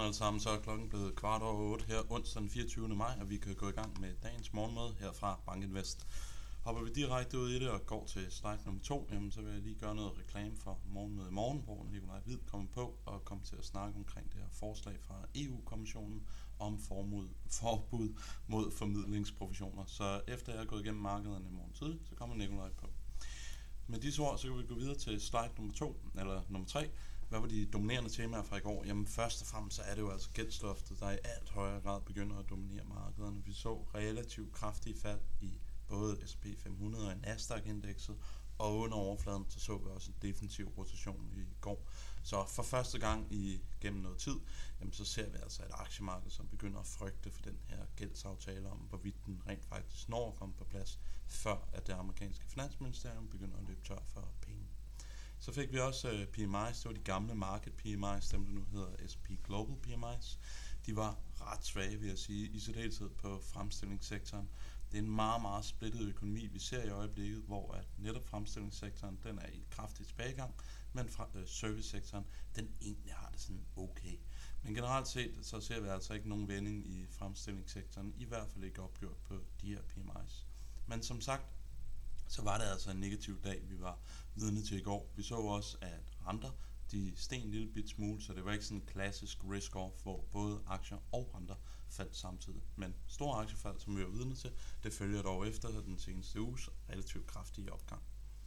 alle sammen, så er klokken blevet 7:15 her onsdag den 24. maj, og vi kan gå i gang med dagens morgenmøde her fra Bankinvest. Hopper vi direkte ud i det og går til slide nummer 2, jamen, så vil jeg lige gøre noget reklame for morgenmøde i morgen, hvor Nikolaj Hvid kommer på og kommer til at snakke omkring det her forslag fra EU-kommissionen om forbud mod formidlingsprofessioner. Så efter jeg er gået igennem markederne i morgen tidlig, så kommer Nikolaj på. Med disse ord, så kan vi gå videre til slide nummer 3. Hvad var de dominerende temaer fra i går? Jamen først og fremmest så er det jo altså gældsloftet, der i alt højere grad begynder at dominere markederne. Vi så relativt kraftige fald i både S&P 500 og Nasdaq-indekset, og under overfladen så vi også en defensiv rotation i går. Så for første gang gennem noget tid, jamen så ser vi altså et aktiemarked, som begynder at frygte for den her gældsaftale om, hvorvidt den rent faktisk når at komme på plads, før at det amerikanske finansministerium begynder at løbe tør for penge. Så fik vi også PMI's, det var de gamle market PMI's, dem der nu hedder S&P Global PMI's. De var ret svage, vil jeg sige, i særdeleshed på fremstillingssektoren. Det er en meget, meget splittet økonomi, vi ser i øjeblikket, hvor at netop fremstillingssektoren, den er i kraftig tilbagegang, men servicesektoren, den egentlig har det sådan okay. Men generelt set, så ser vi altså ikke nogen vending i fremstillingssektoren, i hvert fald ikke opgjort på de her PMI's. Men som sagt, så var det altså en negativ dag, vi var vidne til i går. Vi så også, at renter, de steg en lille bit smule, så det var ikke sådan en klassisk risk-off, hvor både aktier og renter faldt samtidig. Men store aktiefald, som vi var vidne til, det følger dog efter den seneste uges relativt kraftige opgang.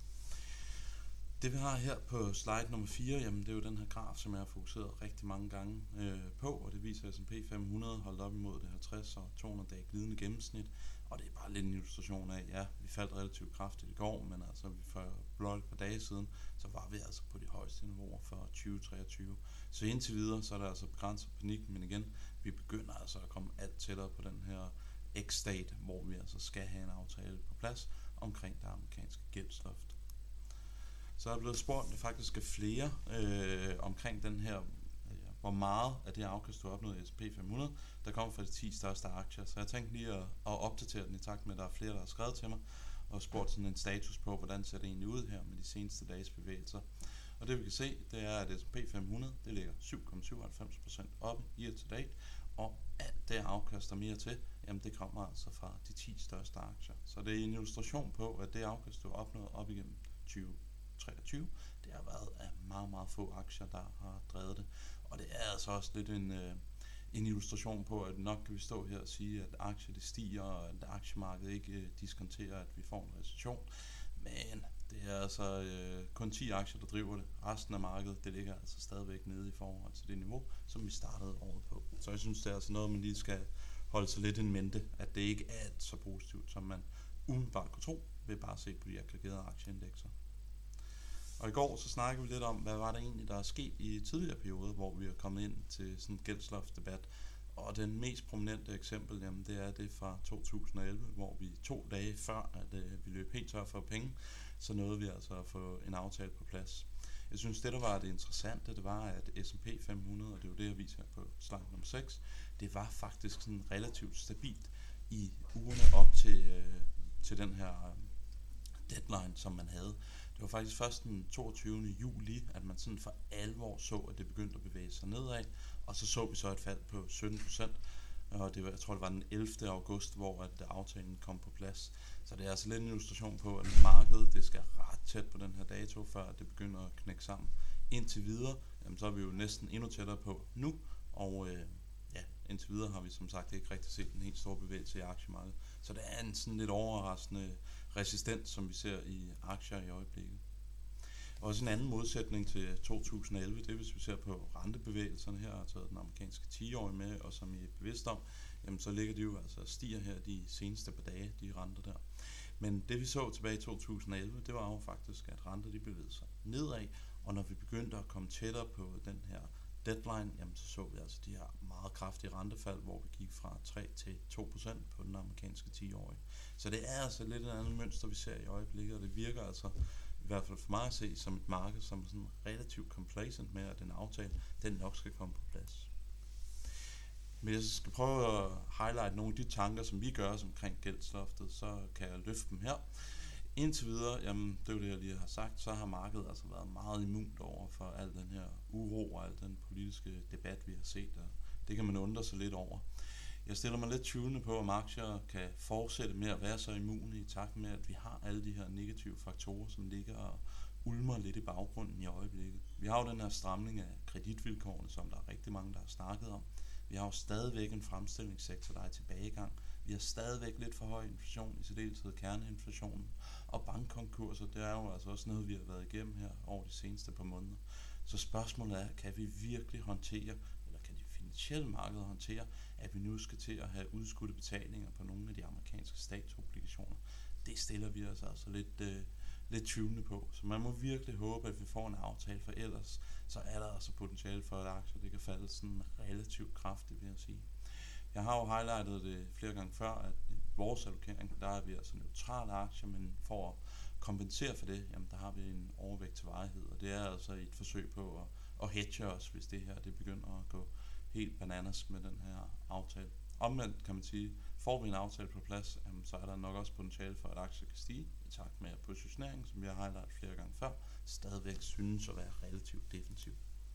Det vi har her på slide nummer 4, jamen det er jo den her graf, som jeg har fokuseret rigtig mange gange på, og det viser S&P 500 holdt op imod det 50 og 200 dage glidende gennemsnit, og det er bare lidt en illustration af, ja, vi faldt relativt kraftigt i går, men altså for blot et par dage siden, så var vi altså på de højeste niveauer for 2023. Så indtil videre, så er der altså begrænset panik, men igen, vi begynder altså at komme alt tættere på den her X-state, hvor vi altså skal have en aftale på plads omkring det amerikanske gældsloft. Så er der blevet spurgt faktisk af flere omkring den her, hvor meget af det afkast, du har opnået i S&P 500, der kommer fra de 10 største aktier. Så jeg tænkte lige at opdatere den i takt med, at der er flere, der har skrevet til mig, og spurgt sådan en status på, hvordan ser det egentlig ud her med de seneste dages bevægelser. Og det vi kan se, det er, at S&P 500, det ligger 7,97% oppe year to date, og alt det afkaster mere til, jamen det kommer altså fra de 10 største aktier. Så det er en illustration på, at det afkast, du har opnået op igennem 2023, det har været af meget, meget få aktier, der har drevet det. Og det er altså også lidt en illustration på, at nok kan vi stå her og sige, at aktier det stiger, og at aktiemarkedet ikke diskonterer, at vi får en recession. Men det er altså kun 10 aktier, der driver det. Resten af markedet, det ligger altså stadigvæk nede i forhold til det niveau, som vi startede året på. Så jeg synes, det er altså noget, man lige skal holde sig lidt i mente, at det ikke er så positivt, som man umiddelbart kunne tro, ved bare se på de aggregerede aktieindekser. Og i går så snakkede vi lidt om, hvad var det egentlig, der er sket i tidligere perioder, hvor vi er kommet ind til sådan en gældsloftdebat. Og den mest prominente eksempel, jamen, det er det fra 2011, hvor vi 2 dage før, at vi løb helt tør for penge, så nåede vi altså at få en aftale på plads. Jeg synes, det der var det interessante, det var, at S&P 500, og det er jo det, jeg viser her på slide nummer 6, det var faktisk sådan relativt stabilt i ugerne op til den her deadline, som man havde. Det var faktisk først den 22. juli, at man sådan for alvor så, at det begyndte at bevæge sig nedad, og så vi så et fald på 17%, og jeg tror det var den 11. august, hvor at aftalen kom på plads. Så det er altså lidt en illustration på, at markedet det skal ret tæt på den her dato, før det begynder at knække sammen. Indtil videre, jamen, så er vi jo næsten endnu tættere på nu, og indtil videre har vi som sagt ikke rigtig set en helt stor bevægelse i aktiemarkedet. Så det er en sådan lidt overraskende resistens, som vi ser i aktier i øjeblikket. Også en anden modsætning til 2011, det er, hvis vi ser på rentebevægelserne her, altså den amerikanske 10-årige med, og som I er bevidst om, jamen så ligger de jo altså stiger her de seneste par dage, de renter der. Men det vi så tilbage i 2011, det var jo faktisk, at renter de bevægede sig nedad, og når vi begyndte at komme tættere på den her deadline, jamen så vi altså de her meget kraftige rentefald, hvor vi gik fra 3 til 2% på den amerikanske 10-årige. Så det er altså lidt et andet mønster, vi ser i øjeblikket, og det virker altså, i hvert fald for mig at se, som et marked, som er sådan relativt complacent med, at den aftale, den nok skal komme på plads. Men jeg skal prøve at highlight nogle af de tanker, som vi gør omkring gældsloftet, så kan jeg løfte dem her. Indtil videre, jamen det er jo det, jeg lige har sagt, så har markedet altså været meget immunt over for al den her uro og al den politiske debat, vi har set. Det kan man undre sig lidt over. Jeg stiller mig lidt tvivlende på, om aktier kan fortsætte med at være så immune i takt med, at vi har alle de her negative faktorer, som ligger og ulmer lidt i baggrunden i øjeblikket. Vi har jo den her stramning af kreditvilkårene, som der er rigtig mange, der har snakket om. Vi har jo stadigvæk en fremstillingssektor, der er i tilbagegang. Vi har stadigvæk lidt for høj inflation, i særdeleshed kerneinflationen. Og bankkonkurser, det er jo altså også noget, vi har været igennem her over de seneste par måneder. Så spørgsmålet er, kan vi virkelig håndtere, eller kan de finansielle markeder håndtere, at vi nu skal til at have udskudte betalinger på nogle af de amerikanske statsobligationer? Det stiller vi os altså lidt tvivlende på. Så man må virkelig håbe, at vi får en aftale, for ellers så er der altså potentiale for, at aktier det kan falde sådan relativt kraftigt, vil jeg sige. Jeg har jo highlightet det flere gange før, at i vores allokering, der er vi altså neutrale aktier, men for at kompensere for det, jamen der har vi en overvægt til varighed, og det er altså et forsøg på at hedge os, hvis det her det begynder at gå helt bananas med den her aftale. Omvendt kan man sige, får vi en aftale på plads, jamen, så er der nok også potentiale for, at aktier kan stige, i takt med at positioneringen, som vi har highlightet flere gange før, stadigvæk synes at være relativt defensiv.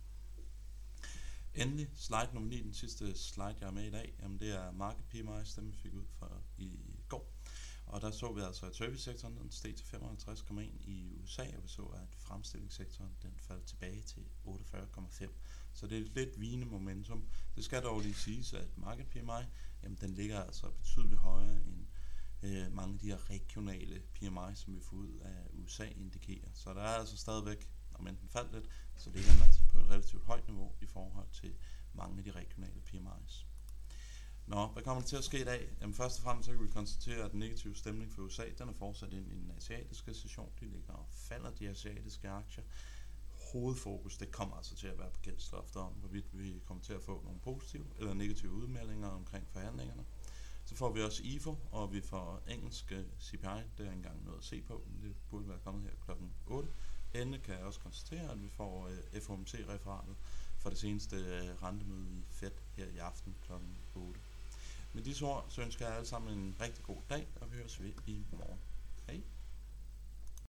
Endelig, slide nummer 9, den sidste slide, jeg er med i dag, jamen det er Market PMI, dem vi fik ud fra i går. Og der så vi altså, at servicesektoren den steg til 55,1 i USA, og vi så, at fremstillingssektoren den faldt tilbage til 48,5. Så det er et lidt vigende momentum. Det skal dog lige siges, at Market PMI, jamen den ligger altså betydeligt højere end mange af de her regionale PMI, som vi får ud af USA indikerer. Så der er altså stadigvæk, om enten faldt lidt, så ligger den altså på et relativt højt niveau i forhold til mange af de regionale PMI's. Nå, hvad kommer der til at ske i dag? Jamen først og fremmest så kan vi konstatere, at den negative stemning for USA, den er fortsat ind i den asiatiske session. De ligger og falder de asiatiske aktier. Hovedfokus, det kommer altså til at være på gældslofter om, hvorvidt vi kommer til at få nogle positive eller negative udmeldinger omkring forhandlingerne. Så får vi også IFO, og vi får engelsk CPI, det er ikke engang noget at se på, men det burde være kommet her klokken 8. Endelig kan jeg også konstatere, at vi får FOMC-referatet for det seneste rentemøde i Fed her i aften klokken 8. Med disse ord, så ønsker jeg alle sammen en rigtig god dag, og vi høres ved i morgen. Hej!